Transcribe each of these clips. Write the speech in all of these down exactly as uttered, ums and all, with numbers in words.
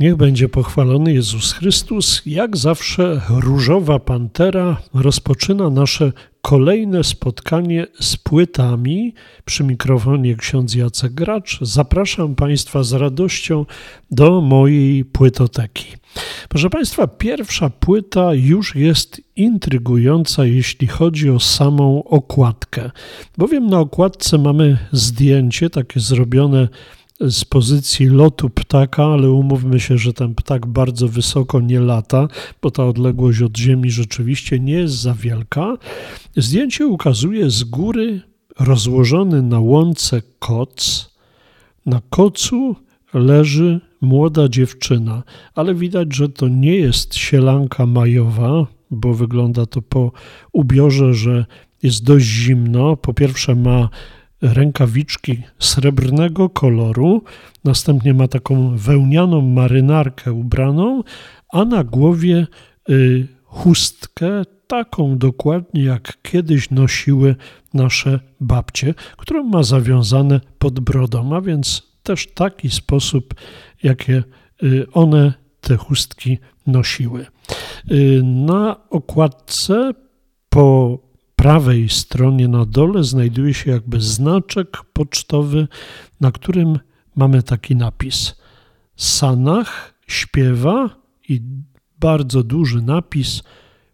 Niech będzie pochwalony Jezus Chrystus. Jak zawsze Różowa Pantera rozpoczyna nasze kolejne spotkanie z płytami. Przy mikrofonie ksiądz Jacek Gracz. Zapraszam Państwa z radością do mojej płytoteki. Proszę Państwa, pierwsza płyta już jest intrygująca, jeśli chodzi o samą okładkę. Bowiem na okładce mamy zdjęcie takie zrobione z pozycji lotu ptaka, ale umówmy się, że ten ptak bardzo wysoko nie lata, bo ta odległość od Ziemi rzeczywiście nie jest za wielka. Zdjęcie ukazuje z góry rozłożony na łące koc. Na kocu leży młoda dziewczyna, ale widać, że to nie jest sielanka majowa, bo wygląda to po ubiorze, że jest dość zimno. Po pierwsze ma rękawiczki srebrnego koloru, następnie ma taką wełnianą marynarkę ubraną, a na głowie y, chustkę taką dokładnie jak kiedyś nosiły nasze babcie, którą ma zawiązane pod brodą, a więc też taki sposób, jakie y, one te chustki nosiły. Y, na okładce po prawej stronie na dole znajduje się jakby znaczek pocztowy, na którym mamy taki napis. Sanach śpiewa i bardzo duży napis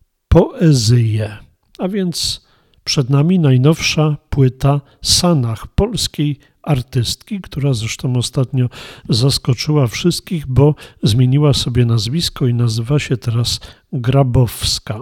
poezję. A więc przed nami najnowsza płyta Sanach, polskiej artystki, która zresztą ostatnio zaskoczyła wszystkich, bo zmieniła sobie nazwisko i nazywa się teraz Grabowska.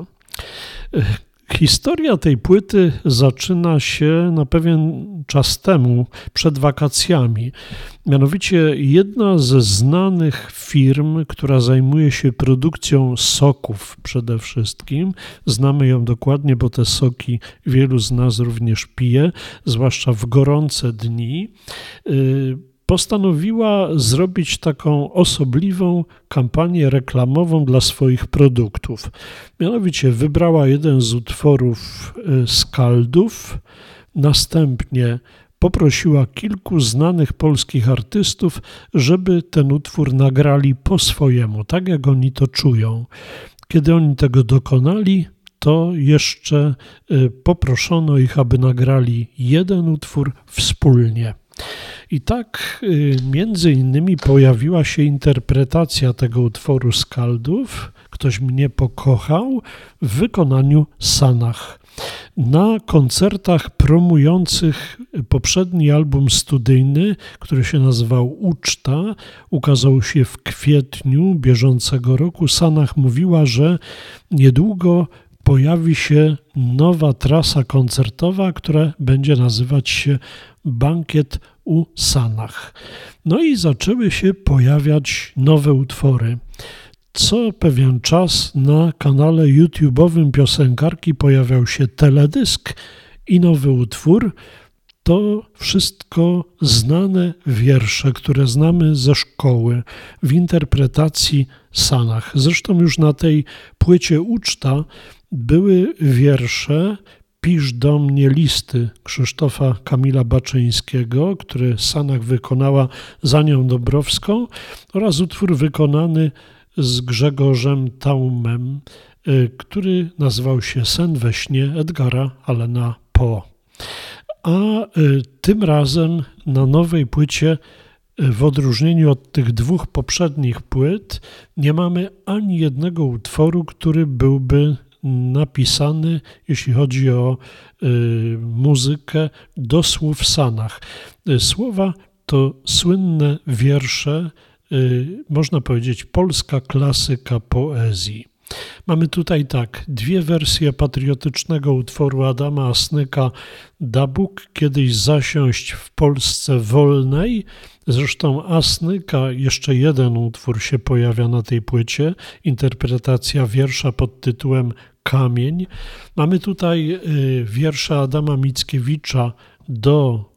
Historia tej płyty zaczyna się na pewien czas temu, przed wakacjami. Mianowicie jedna ze znanych firm, która zajmuje się produkcją soków przede wszystkim, znamy ją dokładnie, bo te soki wielu z nas również pije, zwłaszcza w gorące dni, yy, postanowiła zrobić taką osobliwą kampanię reklamową dla swoich produktów. Mianowicie wybrała jeden z utworów Skaldów, następnie poprosiła kilku znanych polskich artystów, żeby ten utwór nagrali po swojemu, tak jak oni to czują. Kiedy oni tego dokonali, to jeszcze poproszono ich, aby nagrali jeden utwór wspólnie. I tak między innymi pojawiła się interpretacja tego utworu Skaldów, Ktoś mnie pokochał, w wykonaniu Sanach. Na koncertach promujących poprzedni album studyjny, który się nazywał Uczta, ukazał się w kwietniu bieżącego roku, Sanach mówiła, że niedługo pojawi się nowa trasa koncertowa, która będzie nazywać się Bankiet u Sanach. No i zaczęły się pojawiać nowe utwory. Co pewien czas na kanale YouTube'owym piosenkarki pojawiał się teledysk i nowy utwór. To wszystko znane wiersze, które znamy ze szkoły w interpretacji Sanach. Zresztą już na tej płycie Uczta były wiersze Pisz do mnie listy Krzysztofa Kamila Baczyńskiego, który Sanach wykonała za nią Dąbrowską, oraz utwór wykonany z Grzegorzem Taumem, który nazywał się Sen we śnie Edgara Allana Poe. A tym razem na nowej płycie, w odróżnieniu od tych dwóch poprzednich płyt, nie mamy ani jednego utworu, który byłby napisany, jeśli chodzi o y, muzykę, do słów Sanach. Słowa to słynne wiersze, y, można powiedzieć polska klasyka poezji. Mamy tutaj tak, dwie wersje patriotycznego utworu Adama Asnyka Da Bóg kiedyś zasiąść w Polsce wolnej. Zresztą Asnyka jeszcze jeden utwór się pojawia na tej płycie, interpretacja wiersza pod tytułem Kamień. Mamy tutaj wiersze Adama Mickiewicza do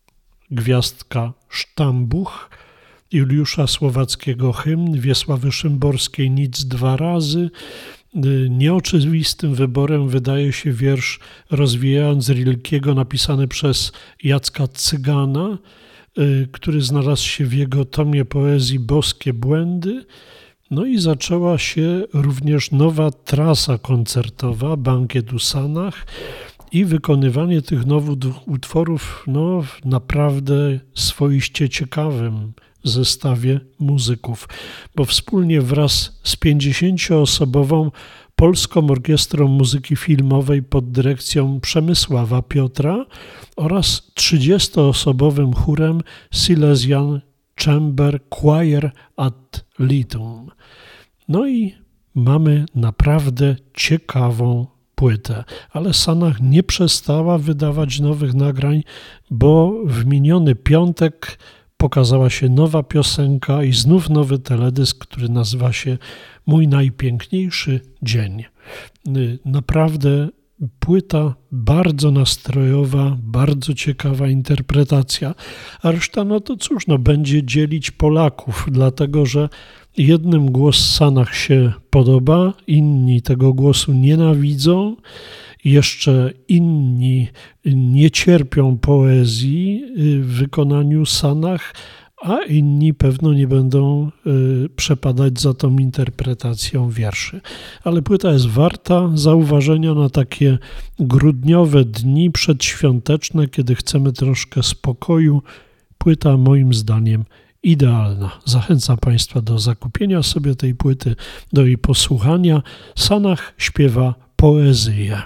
Gwiazdka Sztambuch, Juliusza Słowackiego hymn, Wiesławy Szymborskiej Nic dwa razy. Nieoczywistym wyborem wydaje się wiersz Rozwijając Rilkiego napisany przez Jacka Cygana. który znalazł się w jego tomie poezji Boskie Błędy. No i zaczęła się również nowa trasa koncertowa, Bankiet u Sanach, i wykonywanie tych nowych utworów no, w naprawdę swoiście ciekawym zestawie muzyków, bo wspólnie wraz z pięćdziesięcioosobową Polską Orkiestrą Muzyki Filmowej pod dyrekcją Przemysława Piotra oraz trzydziestoosobowym chórem Silesian Chamber Choir ad Litum. No i mamy naprawdę ciekawą płytę, ale Sanach nie przestała wydawać nowych nagrań, bo w miniony piątek pokazała się nowa piosenka i znów nowy teledysk, który nazywa się Mój najpiękniejszy dzień. Naprawdę płyta bardzo nastrojowa, bardzo ciekawa interpretacja, a reszta, no to cóż, no będzie dzielić Polaków, dlatego że jednym głos Sanach się podoba, inni tego głosu nienawidzą, jeszcze inni nie cierpią poezji w wykonaniu Sanach, a inni pewno nie będą przepadać za tą interpretacją wierszy. Ale płyta jest warta zauważenia na takie grudniowe dni przedświąteczne, kiedy chcemy troszkę spokoju. Płyta moim zdaniem idealna. Zachęcam Państwa do zakupienia sobie tej płyty, do jej posłuchania. Sanach śpiewa poezję.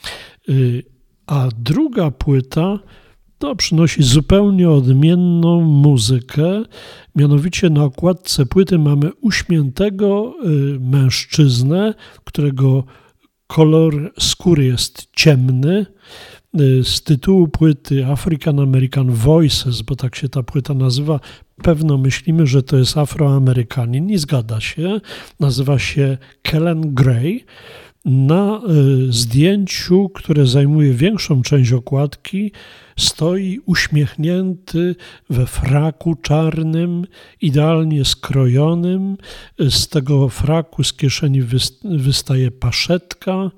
A druga płyta to przynosi zupełnie odmienną muzykę. Mianowicie na okładce płyty mamy uśmiętego mężczyznę, którego kolor skóry jest ciemny. Z tytułu płyty African American Voices, bo tak się ta płyta nazywa, pewno myślimy, że to jest Afroamerykanin. Nie zgadza się. Nazywa się Kellen Gray. Na zdjęciu, które zajmuje większą część okładki, stoi uśmiechnięty we fraku czarnym, idealnie skrojonym. Z tego fraku z kieszeni wystaje paszetka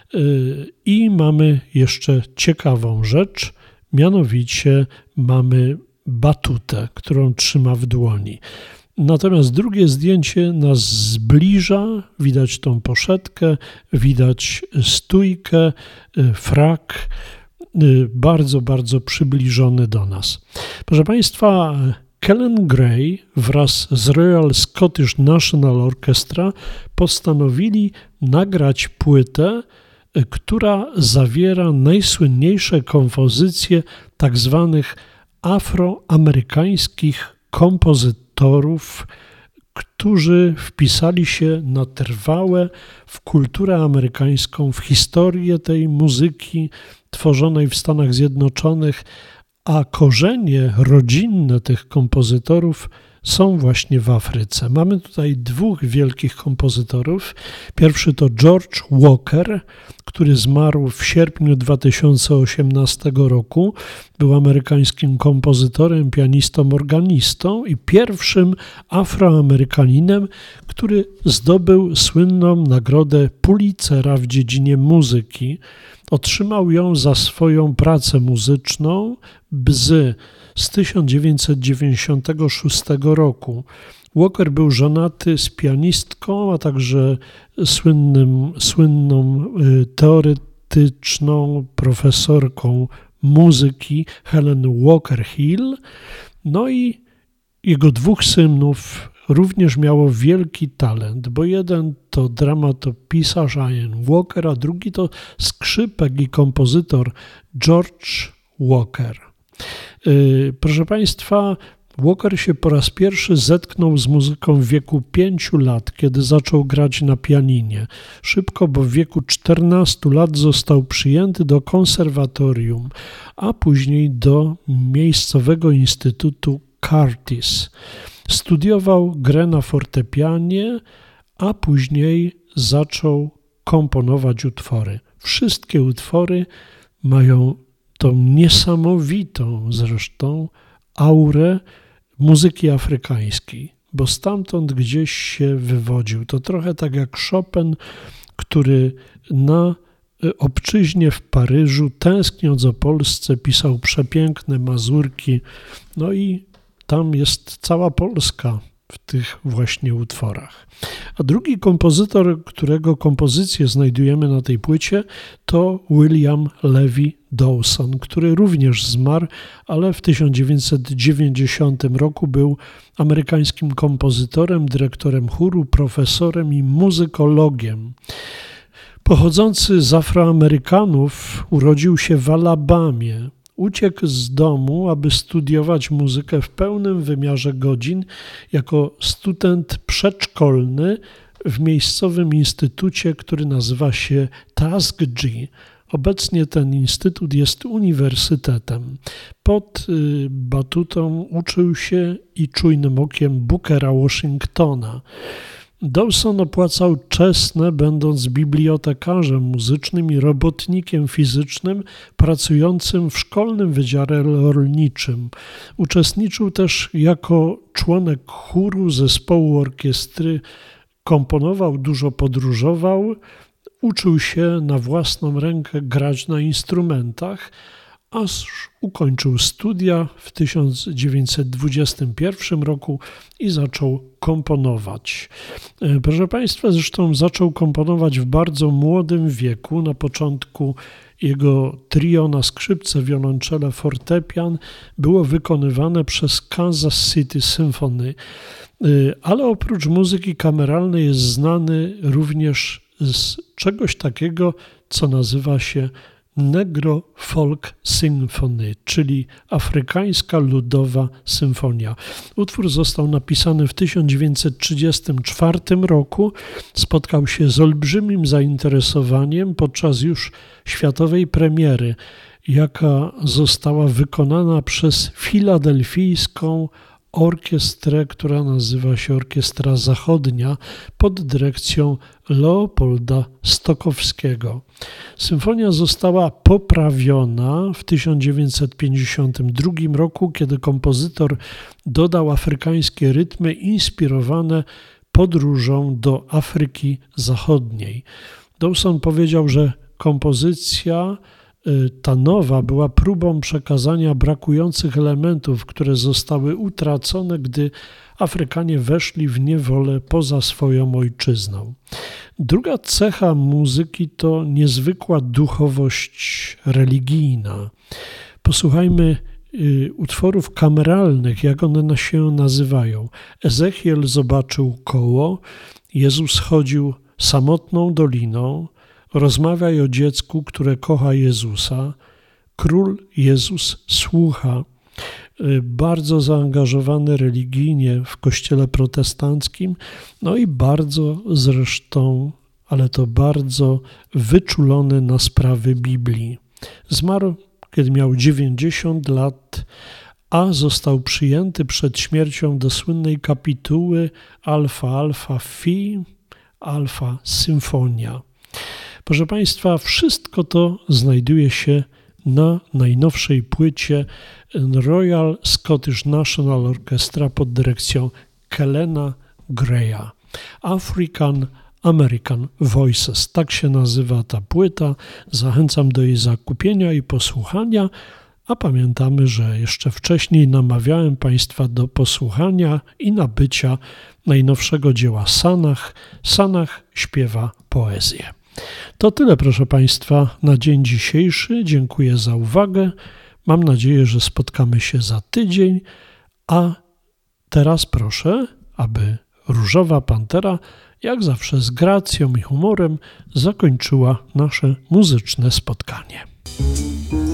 i mamy jeszcze ciekawą rzecz, mianowicie mamy batutę, którą trzyma w dłoni. Natomiast drugie zdjęcie nas zbliża, widać tą poszetkę, widać stójkę, frak, bardzo, bardzo przybliżony do nas. Proszę Państwa, Kellen Gray wraz z Royal Scottish National Orchestra postanowili nagrać płytę, która zawiera najsłynniejsze kompozycje tak zwanych afroamerykańskich kompozytorów, którzy wpisali się na trwałe w kulturę amerykańską, w historię tej muzyki tworzonej w Stanach Zjednoczonych, a korzenie rodzinne tych kompozytorów są właśnie w Afryce. Mamy tutaj dwóch wielkich kompozytorów. Pierwszy to George Walker, który zmarł w sierpniu dwa tysiące osiemnastego roku. Był amerykańskim kompozytorem, pianistą, organistą i pierwszym Afroamerykaninem, który zdobył słynną nagrodę Pulitzera w dziedzinie muzyki. Otrzymał ją za swoją pracę muzyczną Bzy z tysiąc dziewięćset dziewięćdziesiątego szóstego roku. Walker był żonaty z pianistką, a także słynnym, słynną teoretyczną profesorką muzyki Helen Walker Hill. No i jego dwóch synów również miało wielki talent, bo jeden to dramatopisarz Ian Walker, a drugi to skrzypek i kompozytor George Walker. Proszę Państwa, Walker się po raz pierwszy zetknął z muzyką w wieku pięciu lat, kiedy zaczął grać na pianinie. Szybko, bo w wieku czternastu lat został przyjęty do konserwatorium, a później do miejscowego instytutu Curtis. Studiował grę na fortepianie, a później zaczął komponować utwory. Wszystkie utwory mają tą niesamowitą zresztą aurę muzyki afrykańskiej, bo stamtąd gdzieś się wywodził. To trochę tak jak Chopin, który na obczyźnie w Paryżu, tęskniąc o Polsce, pisał przepiękne mazurki, no i tam jest cała Polska w tych właśnie utworach. A drugi kompozytor, którego kompozycje znajdujemy na tej płycie, to William Levy Dawson, który również zmarł, ale w tysiąc dziewięćset dziewięćdziesiątym roku był amerykańskim kompozytorem, dyrektorem chóru, profesorem i muzykologiem. Pochodzący z Afroamerykanów, urodził się w Alabamie. Uciekł z domu, aby studiować muzykę w pełnym wymiarze godzin jako student przedszkolny w miejscowym instytucie, który nazywa się Tuskegee. Obecnie ten instytut jest uniwersytetem. Pod batutą uczył się i czujnym okiem Bookera Washingtona. Dawson opłacał czesne, będąc bibliotekarzem muzycznym i robotnikiem fizycznym pracującym w szkolnym wydziale rolniczym. Uczestniczył też jako członek chóru, zespołu orkiestry, komponował, dużo podróżował, uczył się na własną rękę grać na instrumentach, aż ukończył studia w tysiąc dziewięćset dwudziestym pierwszym roku i zaczął komponować. Proszę Państwa, zresztą zaczął komponować w bardzo młodym wieku. Na początku jego trio na skrzypce, wiolonczele, fortepian było wykonywane przez Kansas City Symphony, ale oprócz muzyki kameralnej jest znany również z czegoś takiego, co nazywa się Negro Folk Symphony, czyli afrykańska ludowa symfonia. Utwór został napisany w tysiąc dziewięćset trzydziestym czwartym roku. Spotkał się z olbrzymim zainteresowaniem podczas już światowej premiery, jaka została wykonana przez filadelfijską orkiestrę, która nazywa się Orkiestra Zachodnia pod dyrekcją Leopolda Stokowskiego. Symfonia została poprawiona w tysiąc dziewięćset pięćdziesiątym drugim roku, kiedy kompozytor dodał afrykańskie rytmy inspirowane podróżą do Afryki Zachodniej. Dawson powiedział, że kompozycja ta nowa była próbą przekazania brakujących elementów, które zostały utracone, gdy Afrykanie weszli w niewolę poza swoją ojczyzną. Druga cecha muzyki to niezwykła duchowość religijna. Posłuchajmy utworów kameralnych, jak one się nazywają. Ezechiel zobaczył koło, Jezus chodził samotną doliną, Rozmawiaj o dziecku, które kocha Jezusa. Król Jezus słucha. Bardzo zaangażowany religijnie w kościele protestanckim, no i bardzo zresztą, ale to bardzo wyczulony na sprawy Biblii. Zmarł, kiedy miał dziewięćdziesiąt lat, a został przyjęty przed śmiercią do słynnej kapituły Alfa Alfa Phi, Alfa Symfonia. Proszę Państwa, wszystko to znajduje się na najnowszej płycie Royal Scottish National Orchestra pod dyrekcją Kellena Greya. African American Voices, tak się nazywa ta płyta. Zachęcam do jej zakupienia i posłuchania, a pamiętamy, że jeszcze wcześniej namawiałem Państwa do posłuchania i nabycia najnowszego dzieła Sanach. Sanach śpiewa poezję. To tyle, proszę Państwa, na dzień dzisiejszy. Dziękuję za uwagę. Mam nadzieję, że spotkamy się za tydzień, a teraz proszę, aby Różowa Pantera, jak zawsze z gracją i humorem, zakończyła nasze muzyczne spotkanie.